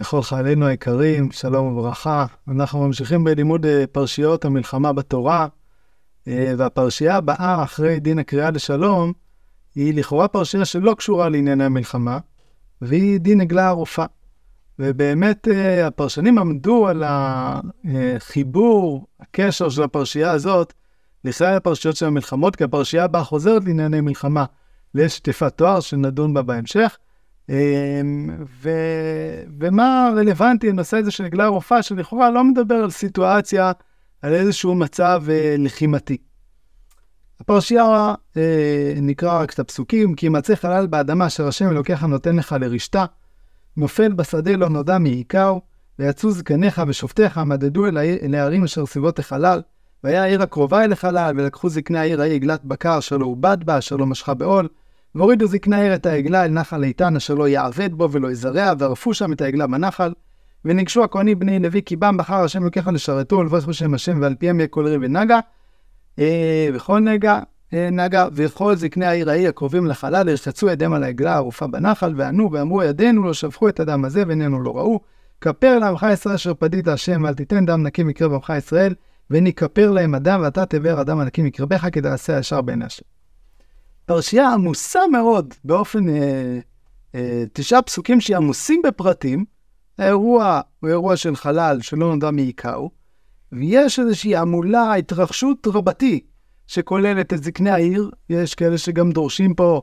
לכל חיילינו היקרים, שלום וברכה. אנחנו ממשיכים בלימוד פרשיות המלחמה בתורה, והפרשייה הבאה אחרי דין הקריאה לשלום, היא לכאורה פרשייה שלא קשורה לענייני המלחמה, והיא דין עגלה ערופה. ובאמת הפרשנים עמדו על החיבור, הקשר של הפרשייה הזאת, לכלל הפרשיות של המלחמות, כי הפרשייה הבאה חוזרת לענייני מלחמה, לשטיפת תואר שנדון בה בהמשך. ומה רלוונטי לנושא הזה של עגלה ערופה, שלכאורה לא מדבר על סיטואציה, על איזשהו מצב לחימתי. הפרשייה נקרא רק את הפסוקים, כי ימצא חלל באדמה אשר השם אלוקיך נותן לך לרשתה, נופל בשדה לא נודע מעיקר, ויצאו זקניך ושופטיך, מדדו אל הערים אשר סביבות החלל, והיה העיר הקרובה אל החלל, ולקחו זקני העיר ההיא עגלת בקר אשר לא עובד בה, אשר לא משכה בעול, והורידו זקני העיר את העגלה אל נחל איתן, אשר לא יעבד בו ולא יזרע, וערפו שם את העגלה בנחל, וניגשו הכהנים בני לוי, כי בם בחר השם אלוקיך לשרתו, ולבוש בשם השם, ועל פיהם יהיה כל ריב ונגע, וכל נגע, וכל זקני העיר ההיא הקרובים לחלל, הרחצו ידיהם על העגלה הערופה בנחל, וענו ואמרו ידינו לא שפכו את הדם הזה, ועינינו לא ראו, כפר לעמך ישראל אשר פדית השם, ואל תיתן דם נקי מקרב עמך ישראל, ונכפר להם הדם, ואתה תבער הדם הנקי מקרבך, כי תעשה הישר בעיני השם. פרשייה עמוסה מאוד, באופן 9 פסוקים שהיא עמוסים בפרטים. האירוע הוא אירוע של חלל שלא נודע מעיקרו, ויש איזושהי עמולה, התרחשות רבתי, שכוללת את זקני העיר. יש כאלה שגם דורשים פה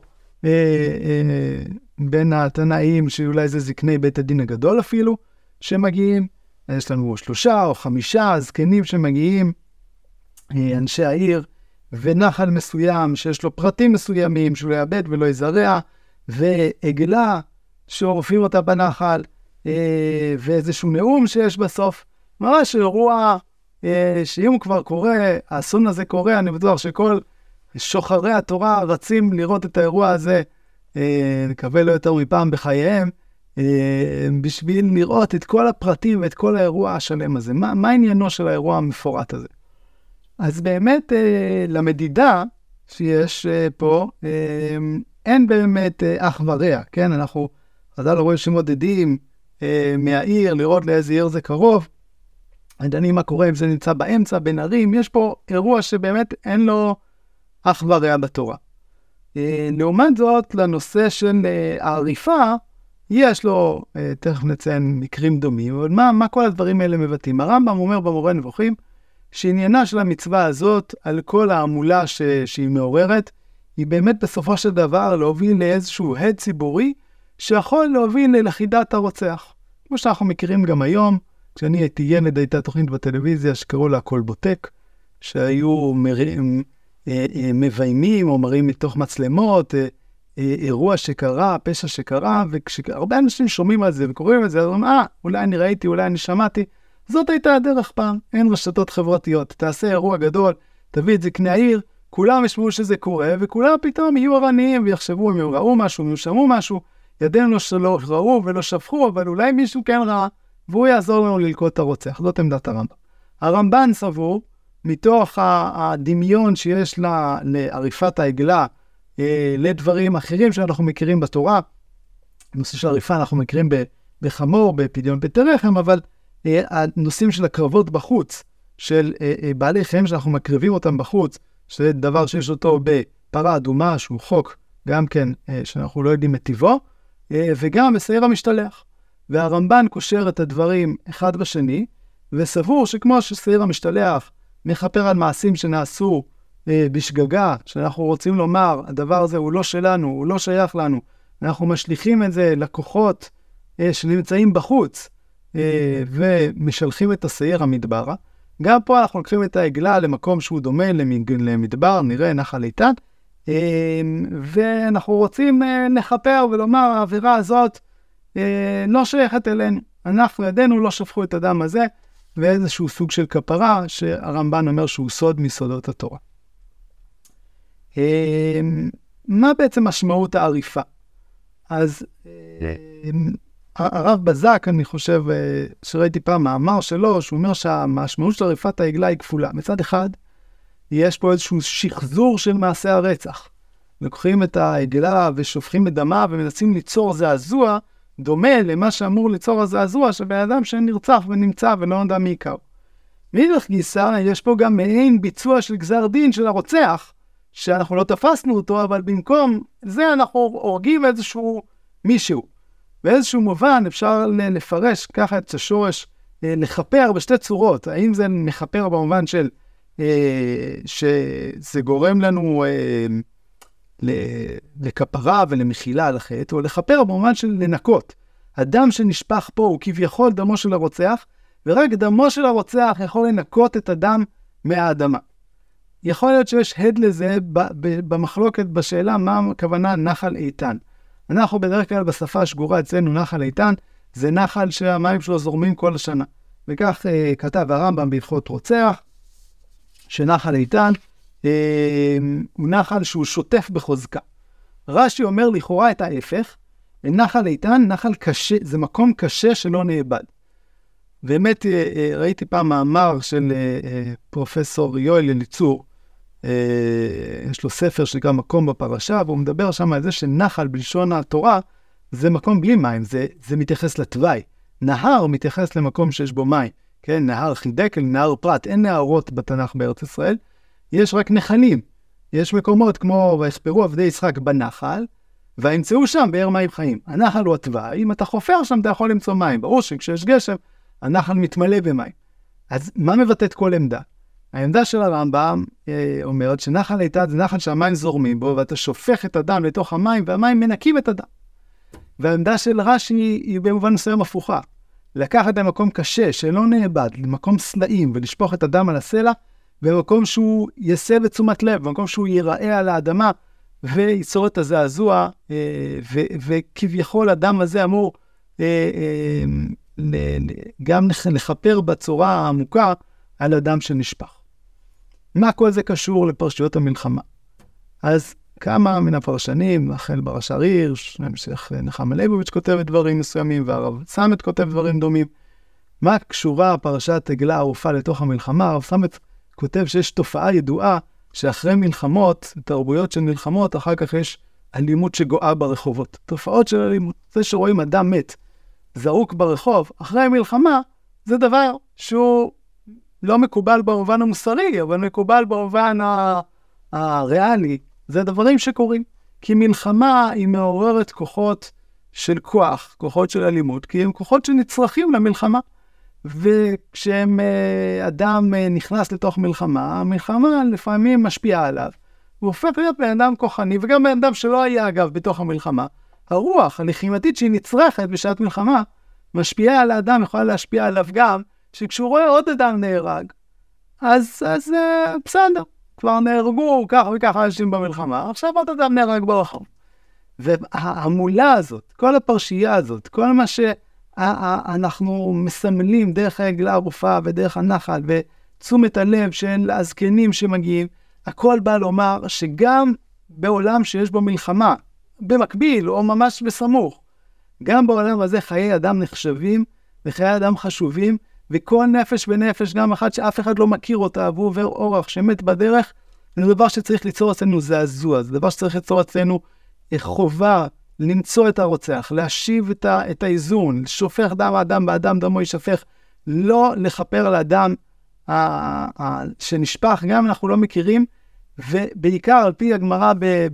בין התנאים, שאולי זה זקני בית הדין הגדול אפילו, שמגיעים. יש לנו 3 או 5 זקנים שמגיעים, אנשי העיר, ונחל מסוים שיש לו פרטים מסוימים, שהוא לא יאבד ולא יזרע, ועגלה שעורפים אותה בנחל, ואיזשהו נאום שיש בסוף. ממש אירוע שאם הוא כבר קורה, האסון הזה קורה, אני בטוח שכל שוחרי התורה רצים לראות את האירוע הזה, נקווה לא יותר מפעם בחייהם, בשביל לראות את כל הפרטים ואת כל האירוע השלם הזה. מה עניינו של האירוע המפורט הזה? אז באמת למדידה שיש פה, אין באמת אח ורע, כן? אנחנו חז"ל רואים שמודדים מהעיר, לראות לאיזה עיר זה קרוב, דנים מה קורה אם זה נמצא באמצע, בין ערים. יש פה אירוע שבאמת אין לו אח ורע בתורה. לעומת זאת, לנושא של העריפה, יש לו, תכף נציין מקרים דומים, אבל מה כל הדברים האלה מבטאים? הרמב"ם אומר במורה נבוכים, שעניינה של המצווה הזאת, על כל העמולה שהיא מעוררת, היא באמת בסופו של דבר להוביל לאיזשהו הד ציבורי, שיכול להוביל ללכידת הרוצח. כמו שאנחנו מכירים גם היום, כשאני הייתי ילד, הייתה תוכנית בטלוויזיה שקראו לה הכל בוטק, שהיו מביימים או מראים מתוך מצלמות, אירוע שקרה, פשע שקרה, וכשהרבה אנשים שומעים על זה וקוראים על זה, אז אומרים, אולי אני ראיתי, אולי אני שמעתי. זאת הייתה הדרך פעם, אין רשתות חברתיות, תעשה אירוע גדול, תביא את זקני העיר, כולם ישמעו שזה קורה, וכולם פתאום יהיו ערניים ויחשבו אם הם ראו משהו, אם הם שמעו משהו, ידינו שלא ראו ולא שפכו, אבל אולי מישהו כן ראה, והוא יעזור לנו ללכוד את הרוצח. זאת עמדת הרמב"ן. הרמב"ן סבור, מתוך הדמיון שיש לעריפת העגלה, לדברים אחרים שאנחנו מכירים בתורה, נושא של עריפה אנחנו מכירים בחמור, בפדיון פטי רחם, אבל הנושאים של הקרבות בחוץ, של בעלי חיים שאנחנו מקריבים אותם בחוץ, שזה דבר שיש אותו בפרה אדומה, שהוא חוק, גם כן, שאנחנו לא יודעים את טיבו, וגם בשעיר המשתלח. והרמב"ן קושר את הדברים אחד בשני, וסבור שכמו ששעיר המשתלח מכפר על מעשים שנעשו בשגגה, שאנחנו רוצים לומר, הדבר הזה הוא לא שלנו, הוא לא שייך לנו, אנחנו משליכים את זה לכוחות שנמצאים בחוץ, ומשלחים את השעיר המדברה. גם פה אנחנו לוקחים את העגלה למקום שהוא דומה למדבר, נראה נחל איתן, ואנחנו רוצים לכפר ולומר, האווירה הזאת לא שייכת אלינו. אנחנו ידינו לא שפכו את הדם הזה, ואיזשהו סוג של כפרה שהרמב"ן אומר שהוא סוד מסודות התורה. מה בעצם משמעות העריפה? אז הרב בזק, אני חושב שראיתי פעם מאמר שלו, שהוא אומר שהמשמעות של עריפת העגלה היא כפולה. מצד אחד, יש פה איזשהו שחזור של מעשה הרצח. לוקחים את העגלה ושופכים את דמה ומנסים ליצור זעזוע דומה למה שאמור ליצור הזעזוע שבן אדם שנרצח ונמצא ולא נדע מי יקר. מאידך גיסא, יש פה גם מעין ביצוע של גזר דין של הרוצח, שאנחנו לא תפסנו אותו, אבל במקום זה אנחנו הורגים איזשהו מישהו. באיזשהו מובן אפשר לפרש ככה את השורש לכפר בשתי צורות. האם זה מכפר במובן של שזה גורם לנו לכפרה ולמחילה על החטא, או לכפר במובן של לנקות. הדם שנשפך פה הוא כביכול דמו של הרוצח, ורק דמו של הרוצח יכול לנקות את הדם מהאדמה. יכול להיות שיש הד לזה במחלוקת בשאלה מה הכוונה נחל איתן. אנחנו בדרך כלל בשפה השגורה אצלנו נחל איתן, זה נחל שהמים שלו זורמים כל השנה. וכך כתב הרמב"ם בהלכות רוצח, שנחל איתן הוא נחל שהוא שוטף בחוזקה. רש"י אומר לכאורה את ההפך, נחל איתן, נחל קשה, זה מקום קשה שלא נאבד. באמת ראיתי פעם מאמר של פרופסור יואל אליצור, יש לו ספר שנקרא מקום בפרשה, והוא מדבר שם על זה שנחל בלשון התורה, זה מקום בלי מים, זה מתייחס לתוואי. נהר מתייחס למקום שיש בו מים, כן? נהר חידקל, נהר פרת, אין נהרות בתנ"ך בארץ ישראל, יש רק נחלים. יש מקומות כמו, ויחפרו עבדי יצחק בנחל, וימצאו שם באר מים חיים. הנחל הוא התוואי, אם אתה חופר שם אתה יכול למצוא מים. ברור שכשיש גשם, הנחל מתמלא במים. אז מה מבטאת כל עמדה? העמדה של הרמב"ם אומרת שנחל איתן זה נחל שהמים זורמים בו, ואתה שופך את הדם לתוך המים, והמים מנקים את הדם. והעמדה של רש"י היא במובן מסוים הפוכה. לקחת למקום קשה, שלא נאבד, למקום סלעים, ולשפוך את הדם על הסלע, במקום שהוא יסב את תשומת לב, במקום שהוא ייראה על האדמה, וייצור את הזעזוע, וכביכול הדם הזה אמור גם לכפר בצורה העמוקה על הדם שנשפך. מה כל זה קשור לפרשיות המלחמה? אז כמה מן הפרשנים, החל ברש אריר, המשך נחמה ליבוביץ' כותב דברים מסוימים, והרב סמט כותב דברים דומים. מה קשורה פרשת עגלה ערופה לתוך המלחמה? הרב סמט כותב שיש תופעה ידועה, שאחרי מלחמות, תרבויות של מלחמות, אחר כך יש אלימות שגואה ברחובות. תופעות של אלימות. זה שרואים אדם מת, זרוק ברחוב, אחרי המלחמה, זה דבר שהוא לא מקובל במובן המוסרי, אבל מקובל במובן הריאלי. זה דברים שקורים. כי מלחמה היא מעוררת כוחות של כוח, כוחות של אלימות, כי הם כוחות שנצרכים למלחמה. וכשהם אדם נכנס לתוך מלחמה, המלחמה לפעמים משפיעה עליו. הוא הופך להיות בן אדם כוחני, וגם בן אדם שלא היה אגב בתוך המלחמה. הרוח הלחימתית שהיא נצרכת בשעת מלחמה, משפיעה על האדם, יכולה להשפיע עליו גם, שכשהוא רואה עוד אדם נהרג, אז בסדר, כבר נהרגו כך וכך אנשים במלחמה, עכשיו עוד אדם נהרג ברחוב. והמולה הזאת, כל הפרשייה הזאת, כל מה שאנחנו מסמלים דרך העגלה הערופה ודרך הנחל ותשומת הלב של הזקנים שמגיעים, הכל בא לומר שגם בעולם שיש בו מלחמה, במקביל או ממש בסמוך, גם בעולם הזה חיי אדם נחשבים וחיי אדם חשובים, וכל נפש ונפש, גם אחת שאף אחד לא מכיר אותה, והוא עובר אורח שמת בדרך, זה דבר שצריך ליצור אצלנו זעזוע, זה דבר שצריך ליצור אצלנו חובה למצוא את הרוצח, להשיב את האיזון, לשופך דם האדם באדם דמו ישפך, לא לכפר על האדם שנשפך, גם אנחנו לא מכירים, ובעיקר על פי הגמרא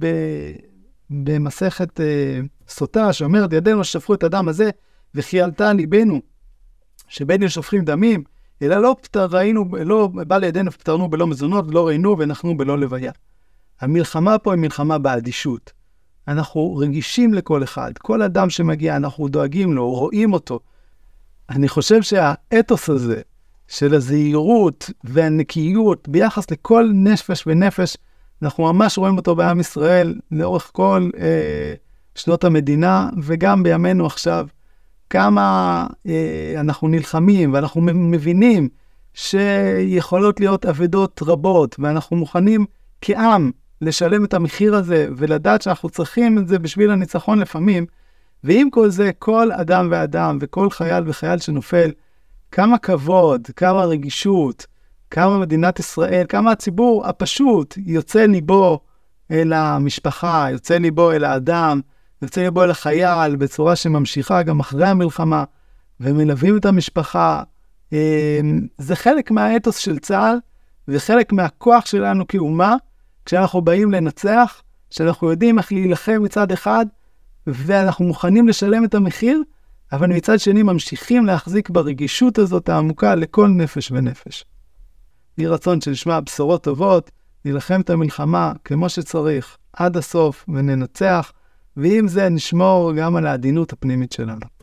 במסכת סוטה, שאומרת ידינו שפכו את הדם הזה, וחיילתה ליבנו, שבין שופכים דמים, אלא לא בא לידינו פטרנו בלא מזונות, לא ראינו ונחנו בלא לוויה. המלחמה פה היא מלחמה באדישות. אנחנו רגישים לכל אחד, כל אדם שמגיע, אנחנו דואגים לו, רואים אותו. אני חושב שהאתוס הזה, של הזהירות והנקיות, ביחס לכל נפש ונפש, אנחנו ממש רואים אותו בעם ישראל, לאורך כל שנות המדינה, וגם בימינו עכשיו, כמה אנחנו נלחמים, ואנחנו מבינים שיכולות להיות עבדות רבות, ואנחנו מוכנים כעם לשלם את המחיר הזה, ולדעת שאנחנו צריכים את זה בשביל הניצחון לפעמים, ועם כל זה, כל אדם ואדם, וכל חייל וחייל שנופל, כמה כבוד, כמה רגישות, כמה מדינת ישראל, כמה הציבור הפשוט יוצא ליבו אל המשפחה, יוצא ליבו אל האדם, יוצא לבוא לחייל בצורה שממשיכה גם אחרי המלחמה, ומלווים את המשפחה. זה חלק מהאתוס של צה"ל, וחלק מהכוח שלנו כאומה, כשאנחנו באים לנצח, שאנחנו יודעים איך להילחם מצד אחד, ואנחנו מוכנים לשלם את המחיר, אבל מצד שני ממשיכים להחזיק ברגישות הזאת העמוקה לכל נפש ונפש. יהי רצון שנשמע בשורות טובות, נלחם את המלחמה כמו שצריך, עד הסוף, וננצח, ועם זה נשמור גם על העדינות הפנימית שלנו.